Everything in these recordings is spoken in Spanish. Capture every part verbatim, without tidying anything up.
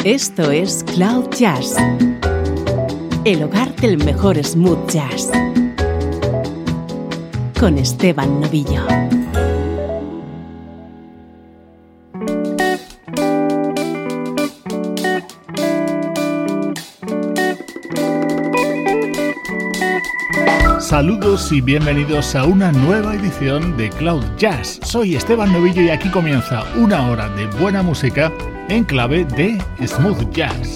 Esto es Cloud Jazz, el hogar del mejor smooth jazz, con Esteban Novillo. Saludos y bienvenidos a una nueva edición de Cloud Jazz. Soy Esteban Novillo y aquí comienza una hora de buena música en clave de smooth jazz.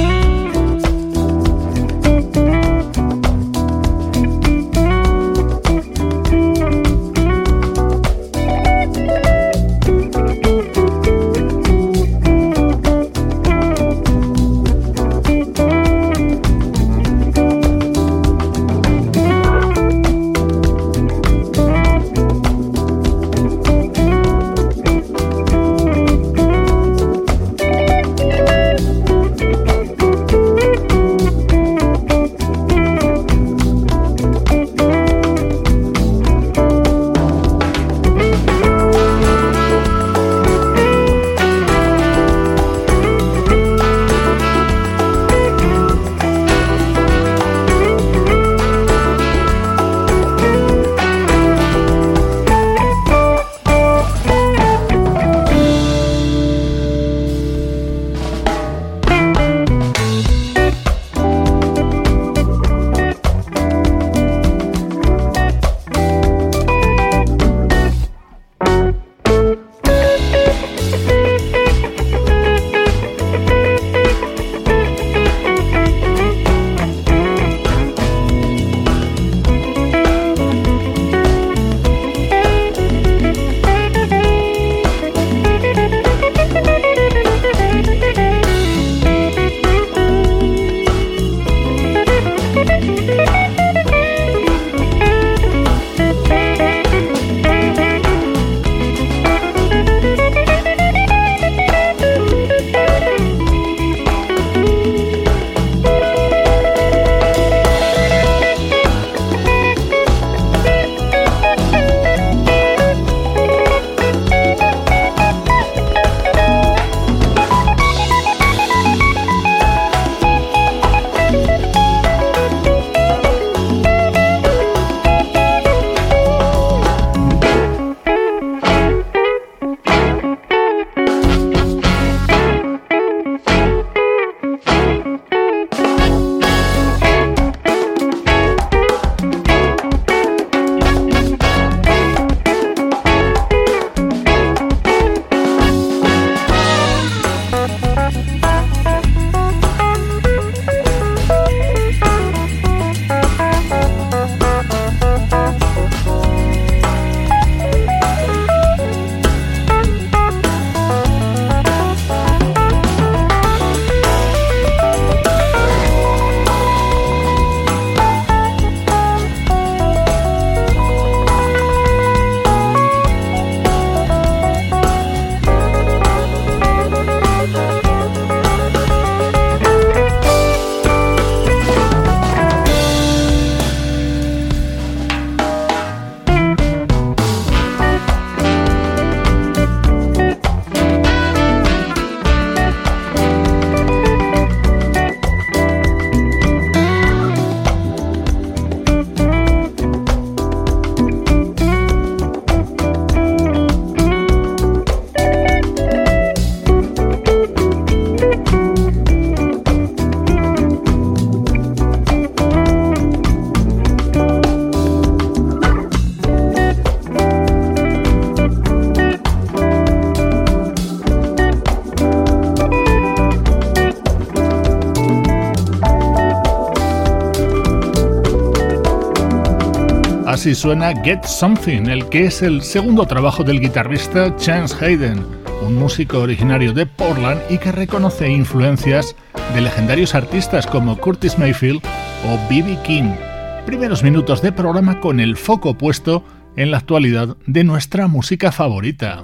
Así suena Get Something, el que es el segundo trabajo del guitarrista Chance Hayden, un músico originario de Portland y que reconoce influencias de legendarios artistas como Curtis Mayfield o B B King. Primeros minutos de programa con el foco puesto en la actualidad de nuestra música favorita.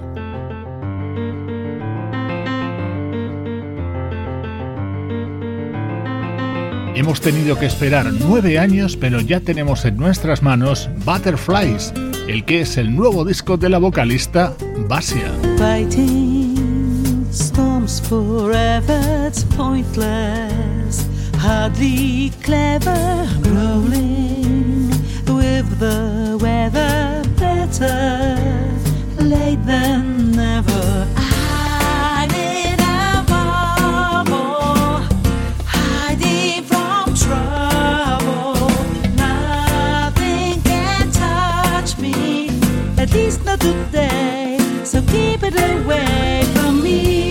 Hemos tenido que esperar nueve años, pero ya tenemos en nuestras manos Butterflies, el que es el nuevo disco de la vocalista Basia. Fighting storms forever, it's pointless, hardly clever, rolling with the weather, better late than never. I need a bubble, hiding from trouble. Nothing can touch me, at least not today, so keep it away from me.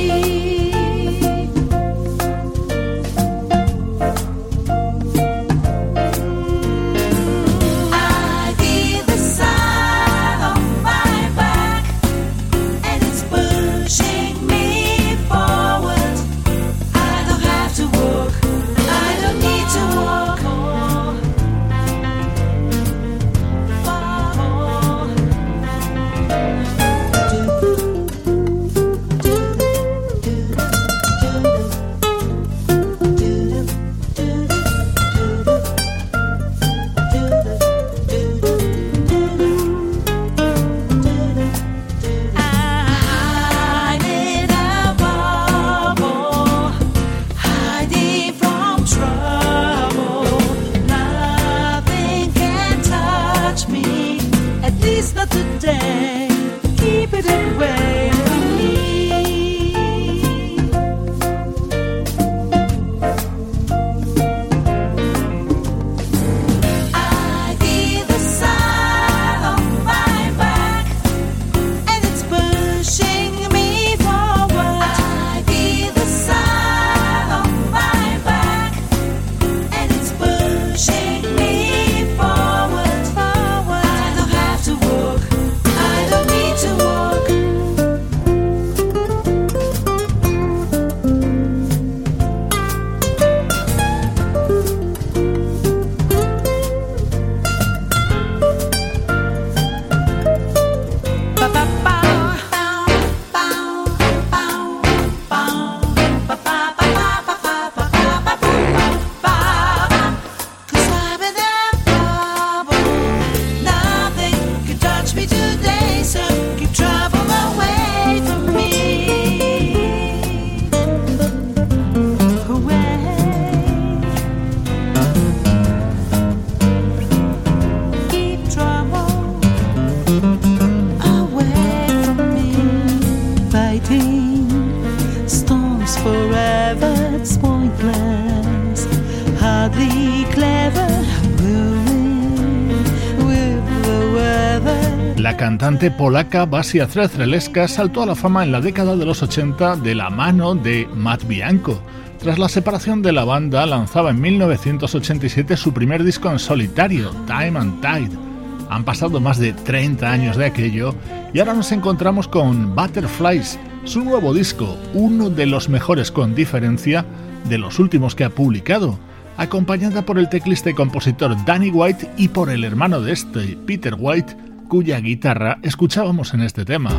La cantante polaca Basia Trzecielewska saltó a la fama en la década de los ochenta de la mano de Matt Bianco. Tras la separación de la banda, lanzaba en mil novecientos ochenta y siete su primer disco en solitario, Time and Tide. Han pasado más de treinta años de aquello y ahora nos encontramos con Butterflies, su nuevo disco, uno de los mejores con diferencia de los últimos que ha publicado, acompañada por el teclista y compositor Danny White y por el hermano de este, Peter White, cuya guitarra escuchábamos en este tema.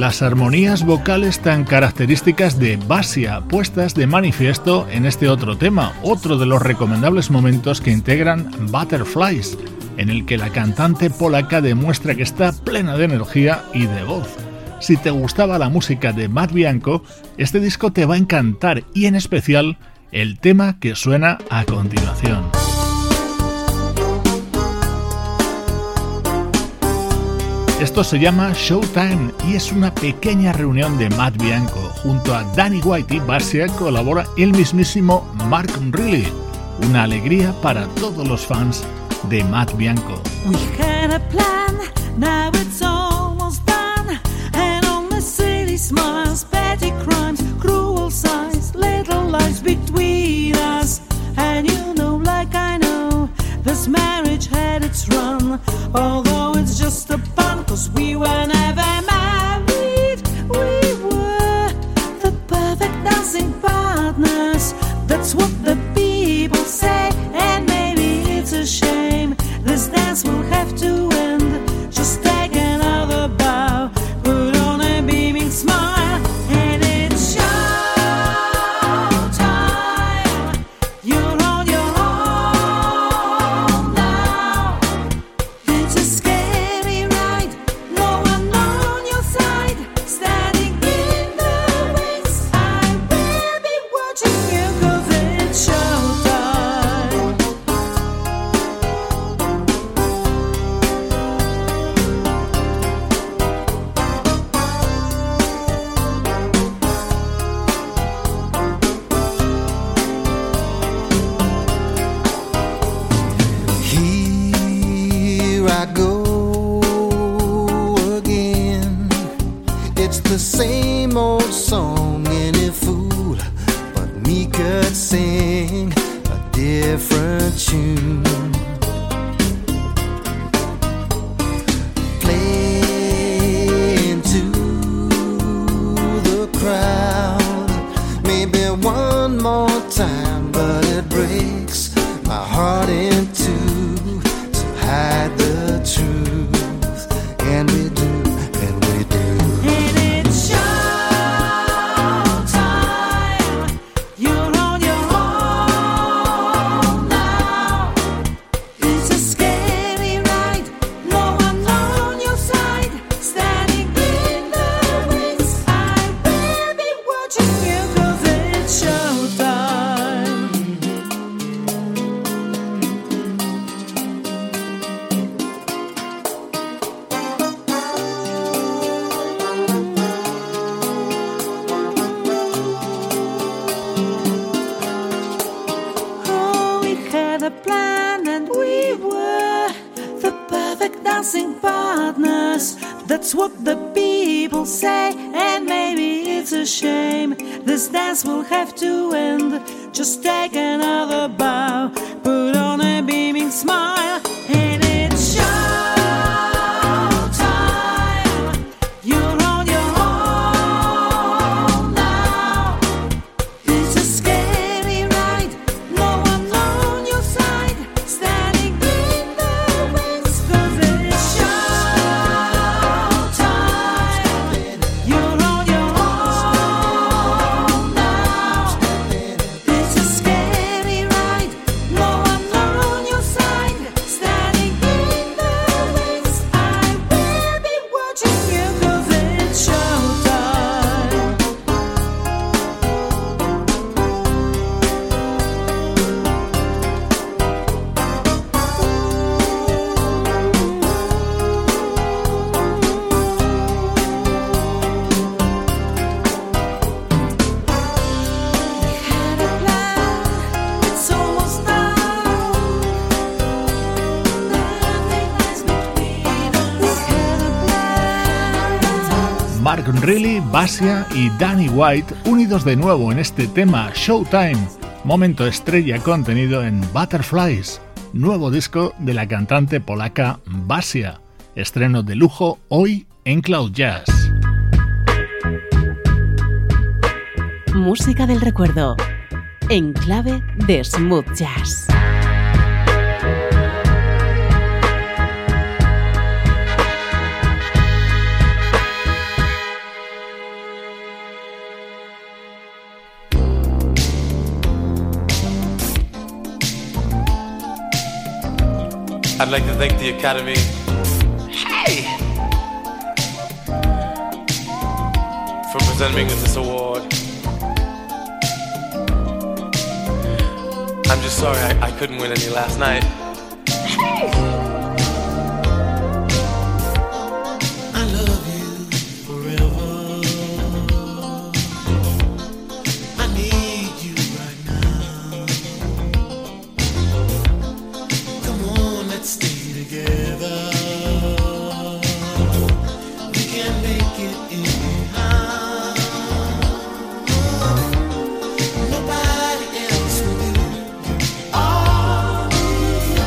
las armonías vocales tan características de Basia, puestas de manifiesto en este otro tema, otro de los recomendables momentos que integran Butterflies, en el que la cantante polaca demuestra que está plena de energía y de voz. Si te gustaba la música de Matt Bianco, este disco te va a encantar, y en especial el tema que suena a continuación. Esto se llama Showtime y es una pequeña reunión de Matt Bianco. Junto a Danny White y Basia colabora el mismísimo Mark Riley. Una alegría para todos los fans de Matt Bianco. We had a plan, now it's almost done. And on the city smiles, petty crimes, cruel signs, little lies between us. And you know, like I know, this marriage had its run. Although it's just a pun, 'cause we were never married. We were the perfect dancing partners. That's what the people say. And maybe it's a shame this dance will have to end. Just take another bow, put on a beaming smile, and it's showtime. You're on your own now. It's a scary ride, no one on your side, standing in the wings. I will be watching you 'cause it's showtime. Here I go again. It's the same old song any fool but me could sing a different tune. Playing to the crowd, maybe one more time, but it breaks my heart in two to hide the truth. And we do, and we do. And it's showtime. You're on your own now. It's a scary ride, no one on your side, standing in the wings. I will be watching you 'cause it's showtime. Oh, we had a plan and we were the perfect dancing partners. That's what the people say, and maybe it's a shame this dance will have to end. Just take another bow, put on a beaming smile, and it's showtime. You're on your own now. It's a scary ride, no one on your side, standing in the wings, 'cause it's showtime. You're on your own now. It's a scary ride, no one on your side, standing in the wings. I will be watching you 'cause it's showtime. Had a plan, it's almost done. Nothing lies between us. We had a plan. Mark Riley, Basia y Danny White unidos de nuevo en este tema Showtime, momento estrella contenido en Butterflies, nuevo disco de la cantante polaca Basia, estreno de lujo hoy en Cloud Jazz. Música del recuerdo, en clave de smooth jazz. I'd like to thank the Academy. Hey! For presenting me with this award. I'm just sorry I, I couldn't win any last night. Hey! I love you forever. I need you right now. Come on, let's stay together. We can make it anyhow. Nobody else will do. You are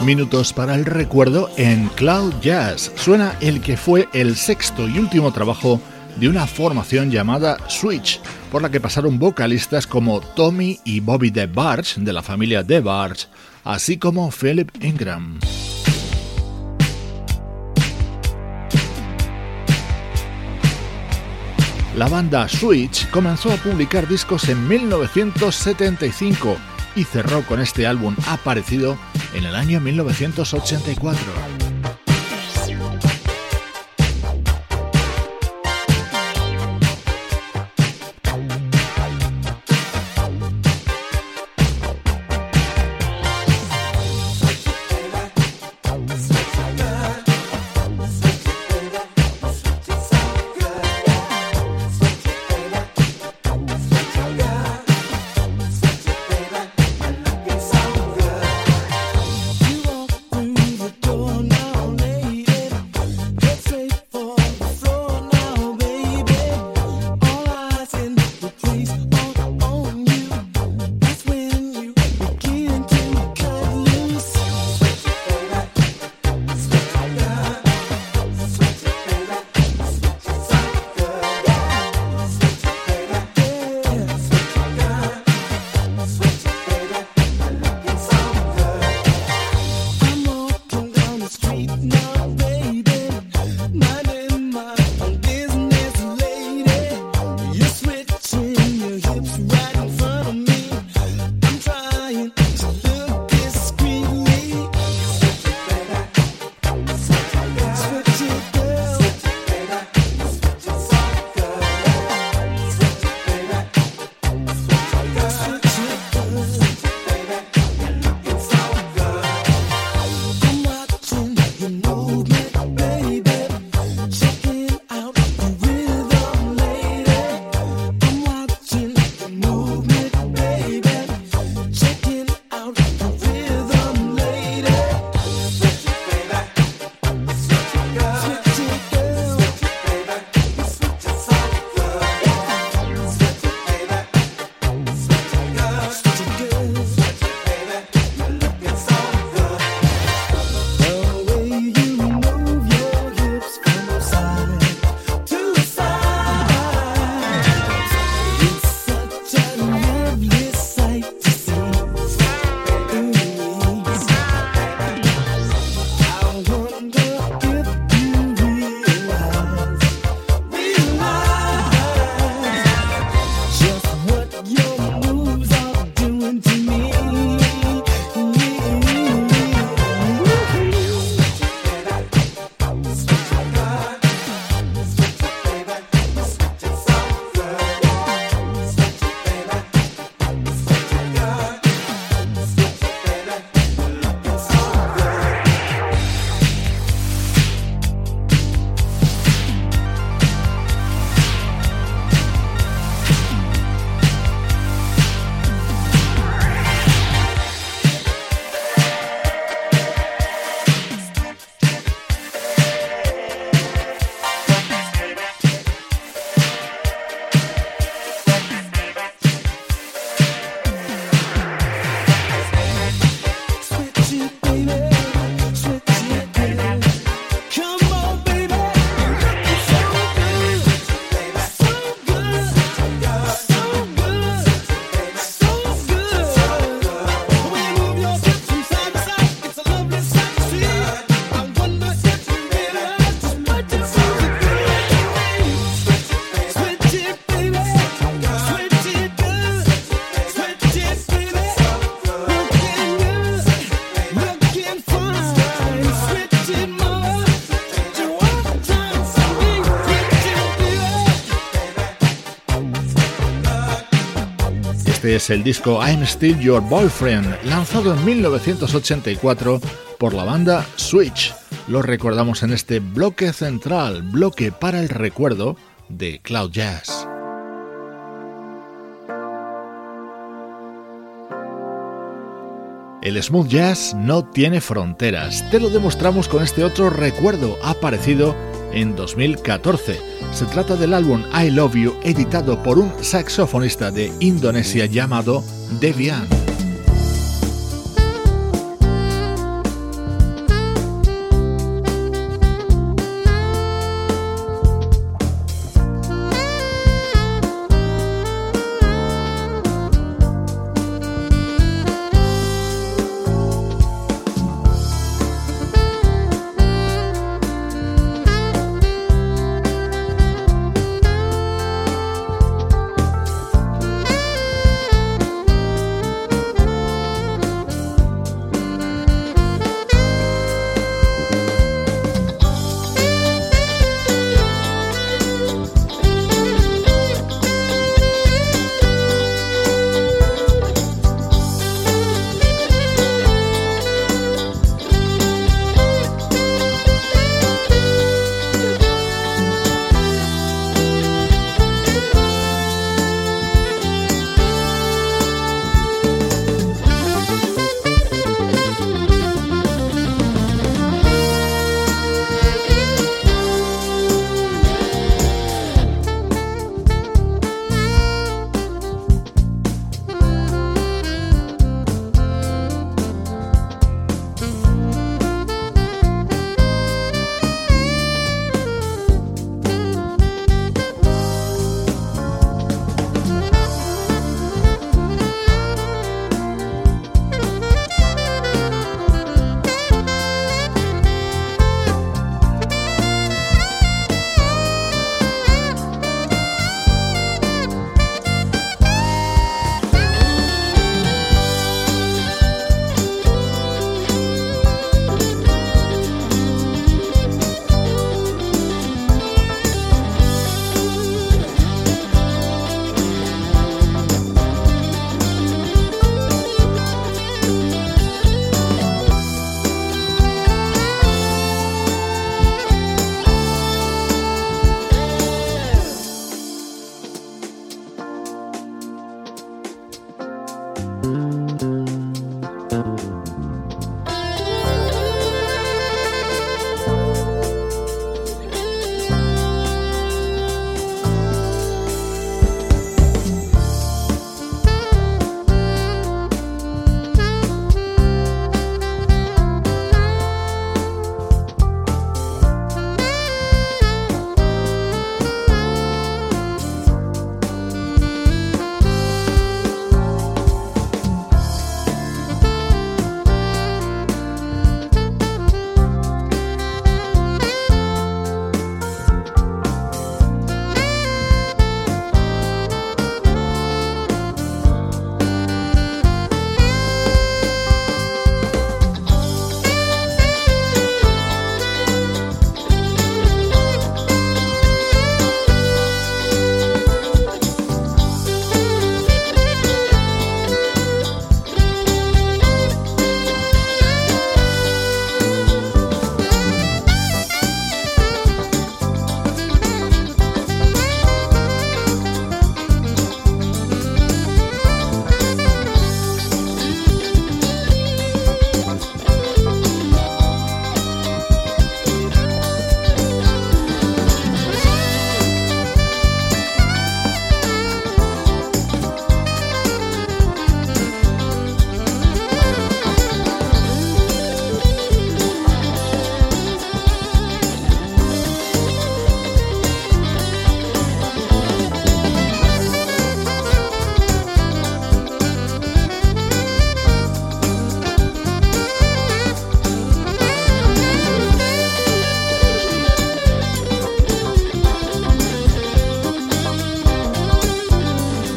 Minutos para el recuerdo en Cloud Jazz. Suena el que fue el sexto y último trabajo de una formación llamada Switch, por la que pasaron vocalistas como Tommy y Bobby DeBarge, de la familia DeBarge, así como Philip Ingram. La banda Switch comenzó a publicar discos en mil novecientos setenta y cinco y cerró con este álbum aparecido en el año mil novecientos ochenta y cuatro. Este es el disco I'm Still Your Boyfriend, lanzado en mil novecientos ochenta y cuatro por la banda Switch. Lo recordamos en este bloque central, bloque para el recuerdo de Cloud Jazz. El smooth jazz no tiene fronteras, te lo demostramos con este otro recuerdo aparecido en dos mil catorce. Se trata del álbum I Love You, editado por un saxofonista de Indonesia llamado Devian.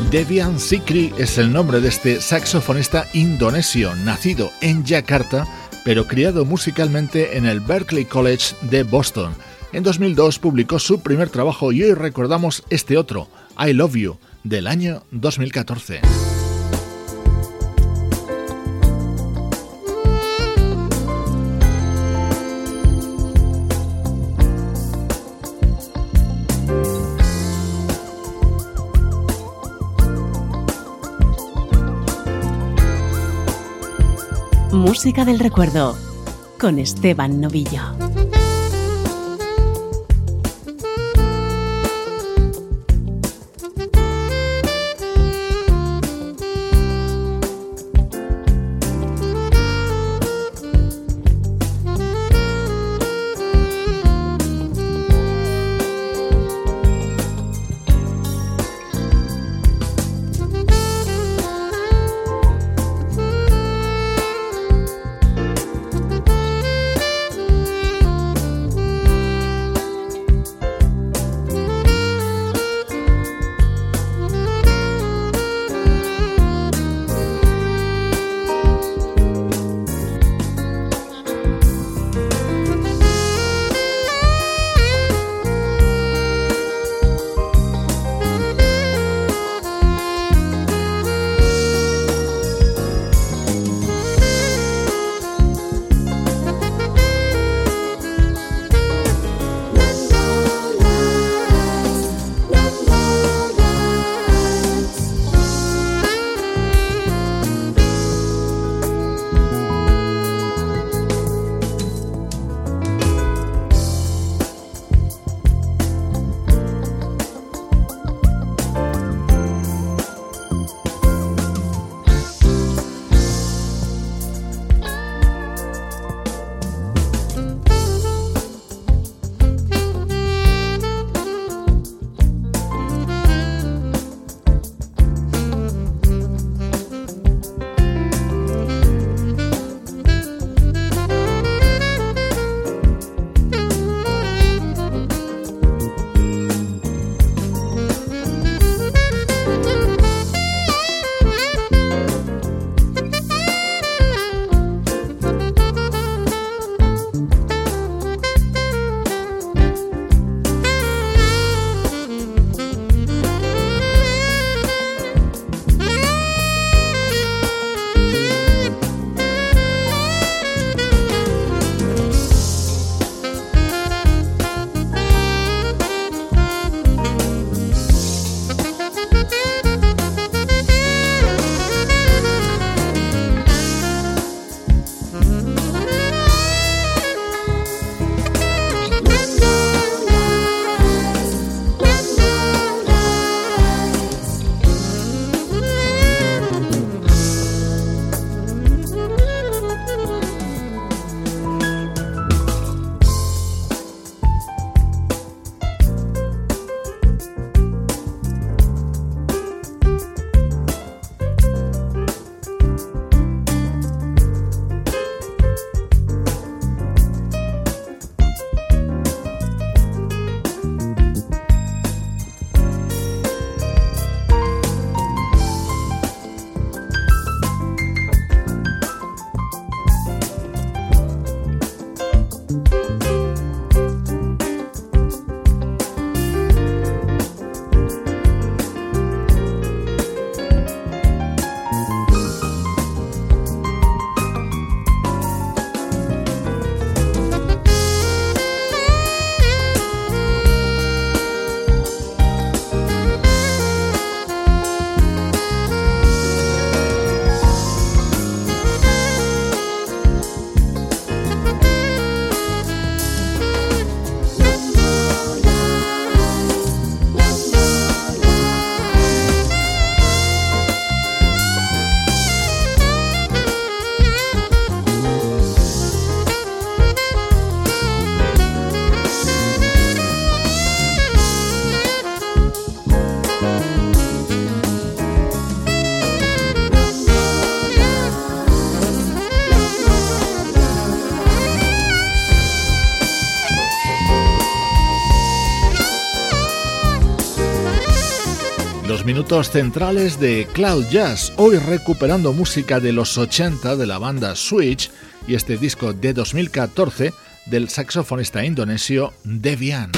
Devian Sikri es el nombre de este saxofonista indonesio, nacido en Yakarta, pero criado musicalmente en el Berklee College de Boston. En dos mil dos publicó su primer trabajo y hoy recordamos este otro, I Love You, del año dos mil catorce. Música del recuerdo con Esteban Novillo. minutos centrales de Cloud Jazz, hoy recuperando música de los ochenta de la banda Switch y este disco de dos mil catorce del saxofonista indonesio Devian.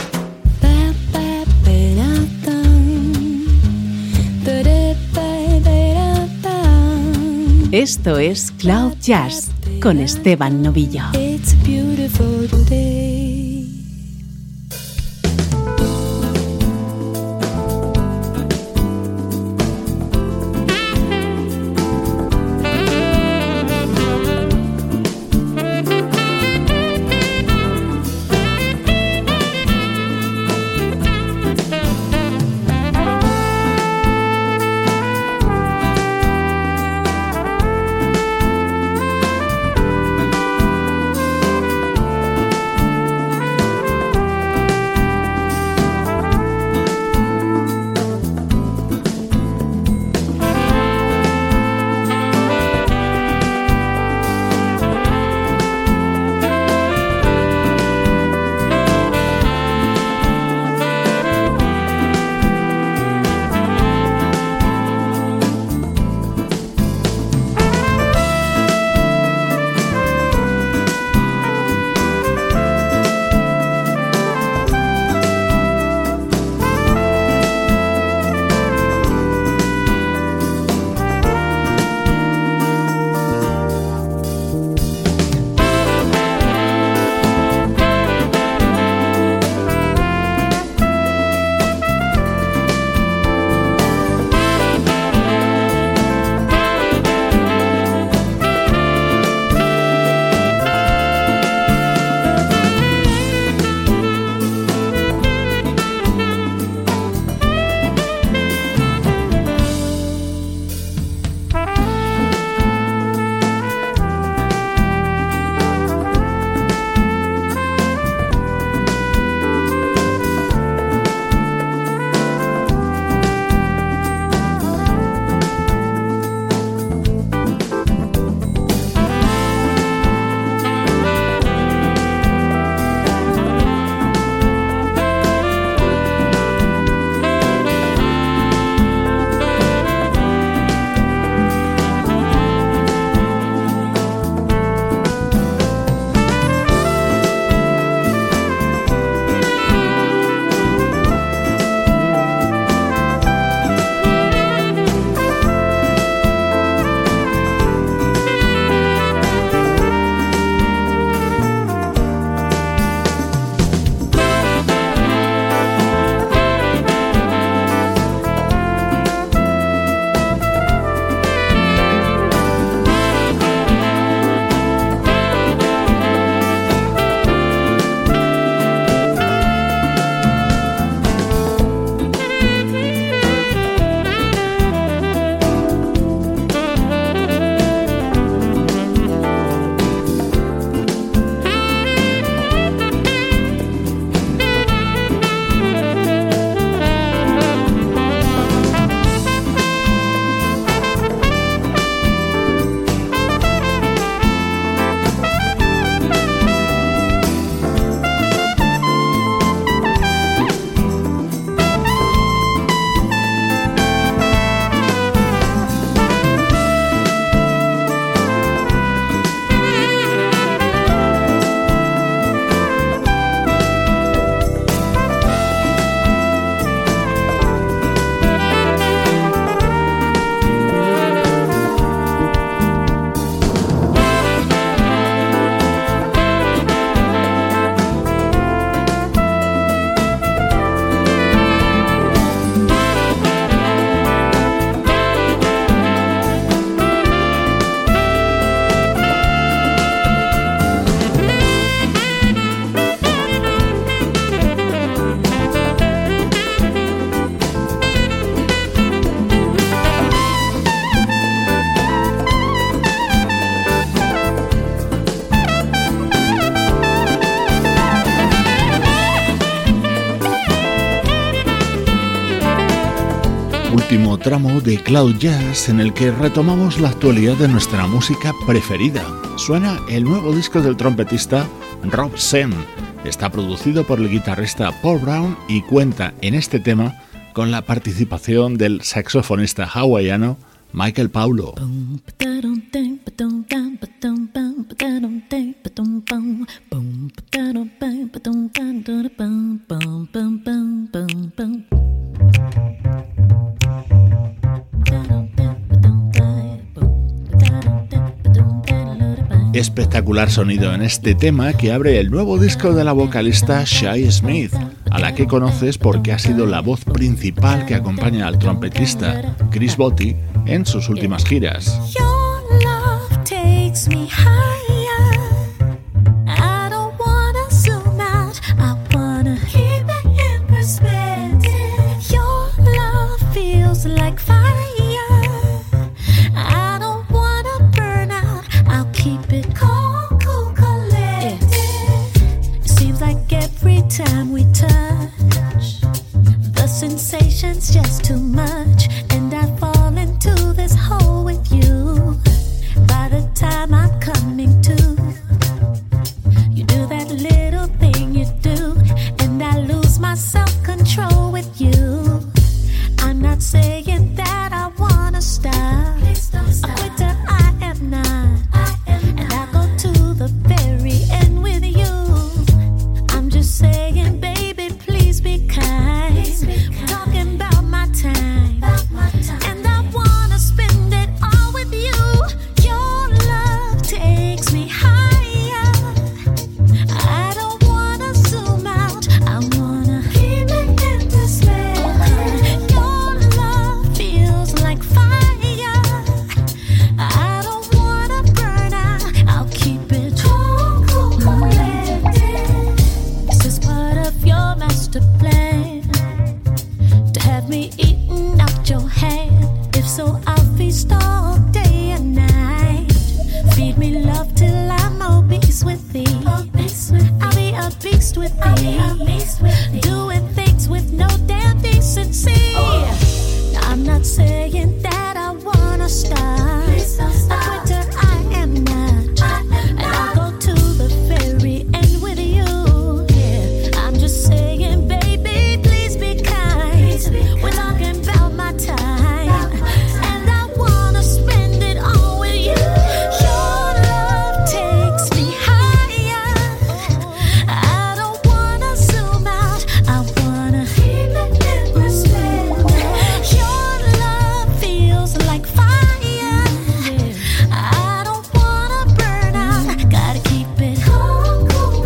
Esto es Cloud Jazz con Esteban Novillo. It's a beautiful day. Último tramo de Cloud Jazz en el que retomamos la actualidad de nuestra música preferida. Suena el nuevo disco del trompetista Rob Sen. Está producido por el guitarrista Paul Brown y cuenta en este tema con la participación del saxofonista hawaiano Michael Paulo. Espectacular sonido en este tema que abre el nuevo disco de la vocalista Shai Smith, a la que conoces porque ha sido la voz principal que acompaña al trompetista Chris Botti en sus últimas giras. Your love takes me higher. I don't wanna zoom out. I wanna keep it in perspective. Your love feels like fire. I don't wanna burn out. I'll keep it cool, cool, collected. It seems like every time we touch, the sensation's just too much, and I fall into this hole with you. By the time I'm coming to, you do that little thing you do, and I lose my self-control with you. I'm not saying that I wanna stop. A quitter I am not, and I go to the very end with you. I'm just saying, baby, please be kind. We're talking about my time, and I wanna spend it all with you. Your love takes me higher. I don't wanna zoom out. I wanna keep it in perspective. Your love feels like fire. I don't wanna burn out. I'll keep it cool, cool, collected. This is part of your master plan, to have me eating out your hand. If so, I'll feast all day and night. Feed me love till I'm obese with thee. I'll be a beast with thee. Doing things with no damn decency. Now, I'm not saying that I wanna stop. A quitter I am not, and I'll go to the very end with you. Yeah, I'm just saying, baby, please be kind. We're talking about my time, and I wanna spend it all with you. Your love takes me higher. I don't wanna zoom out. I wanna keep it in perspective. Your love feels like fire. I don't wanna burn out. Gotta keep it cool, cool,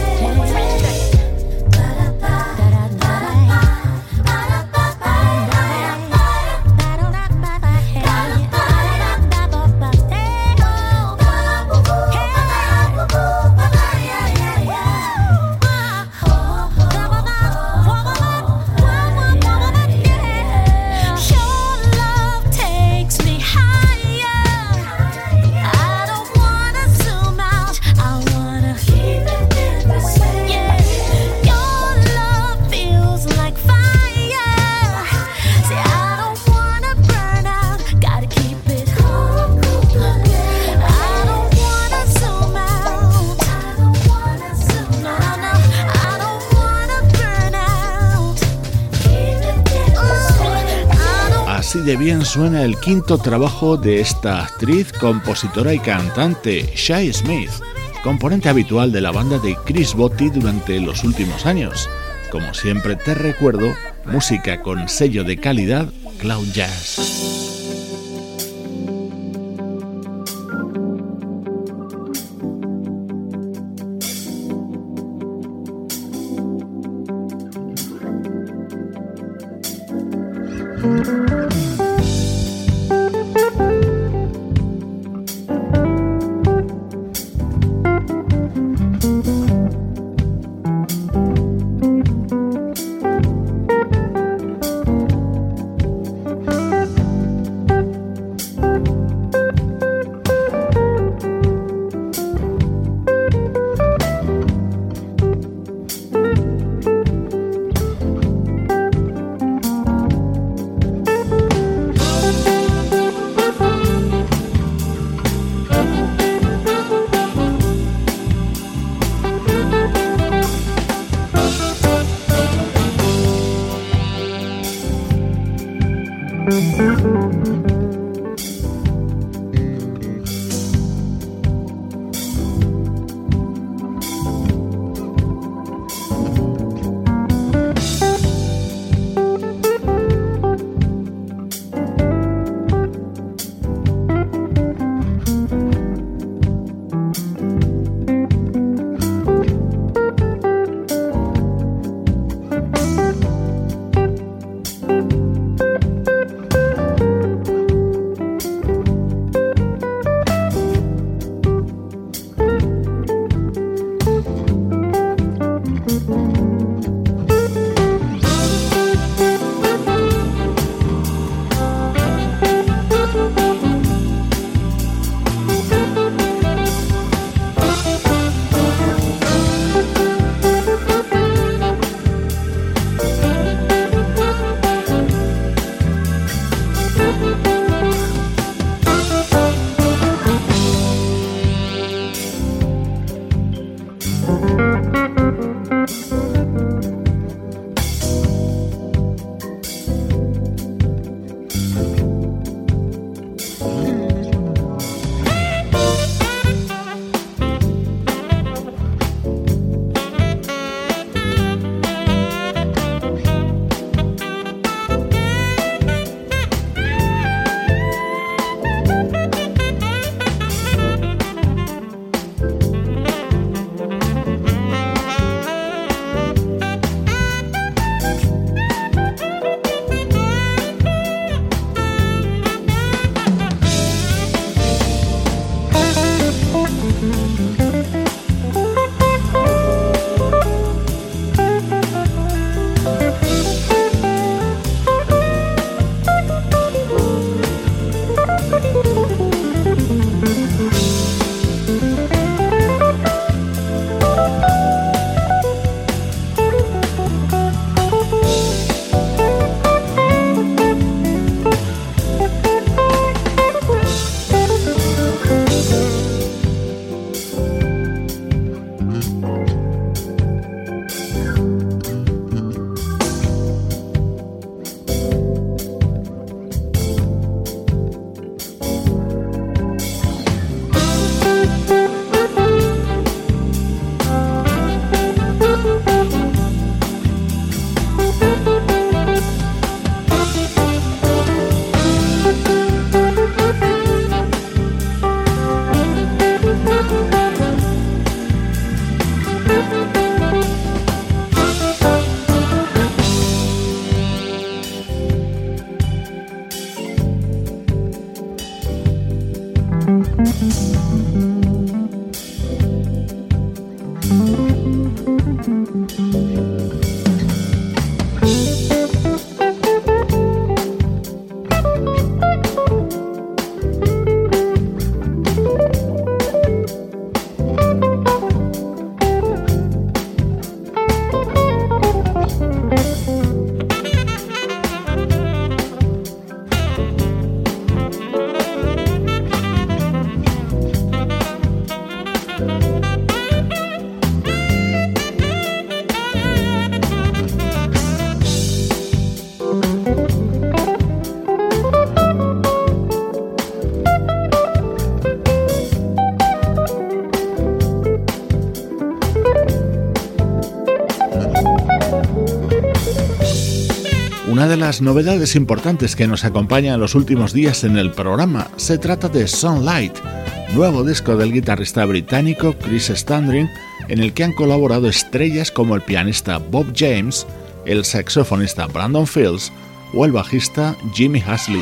Your love takes me higher. I don't wanna zoom out. I wanna keep it in perspective. Yeah, your love feels like fire. See, I don't wanna burn out. Gotta keep it cool, cool. I don't wanna zoom out. I don't wanna zoom out. No, no, I don't wanna burn out. Keep it in perspective. I don't. Así de bien suena el quinto trabajo de esta actriz, compositora y cantante Shai Smith, componente habitual de la banda de Chris Botti durante los últimos años. Como siempre te recuerdo, música con sello de calidad Cloud Jazz. Una de las novedades importantes que nos acompaña en los últimos días en el programa se trata de Sunlight, nuevo disco del guitarrista británico Chris Standring, en el que han colaborado estrellas como el pianista Bob James, el saxofonista Brandon Fields o el bajista Jimmy Haslip.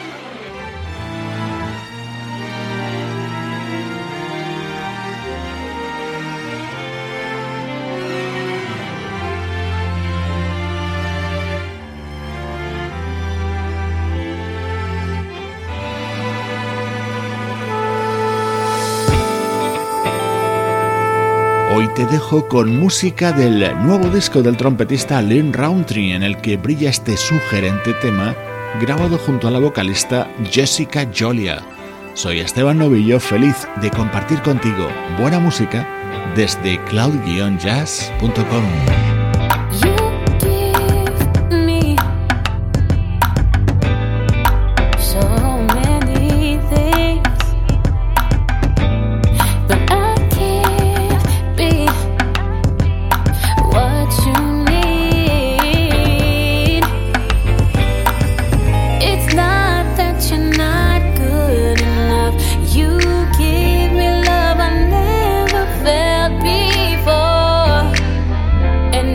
Hoy te dejo con música del nuevo disco del trompetista Lynn Rountree, en el que brilla este sugerente tema grabado junto a la vocalista Jessica Jolia. Soy Esteban Novillo, feliz de compartir contigo buena música desde cloud guion jazz punto com. And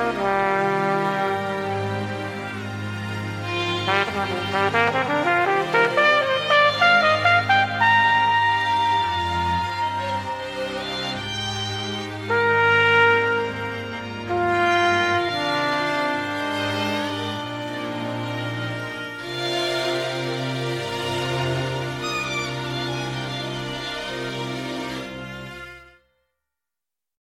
Thank you.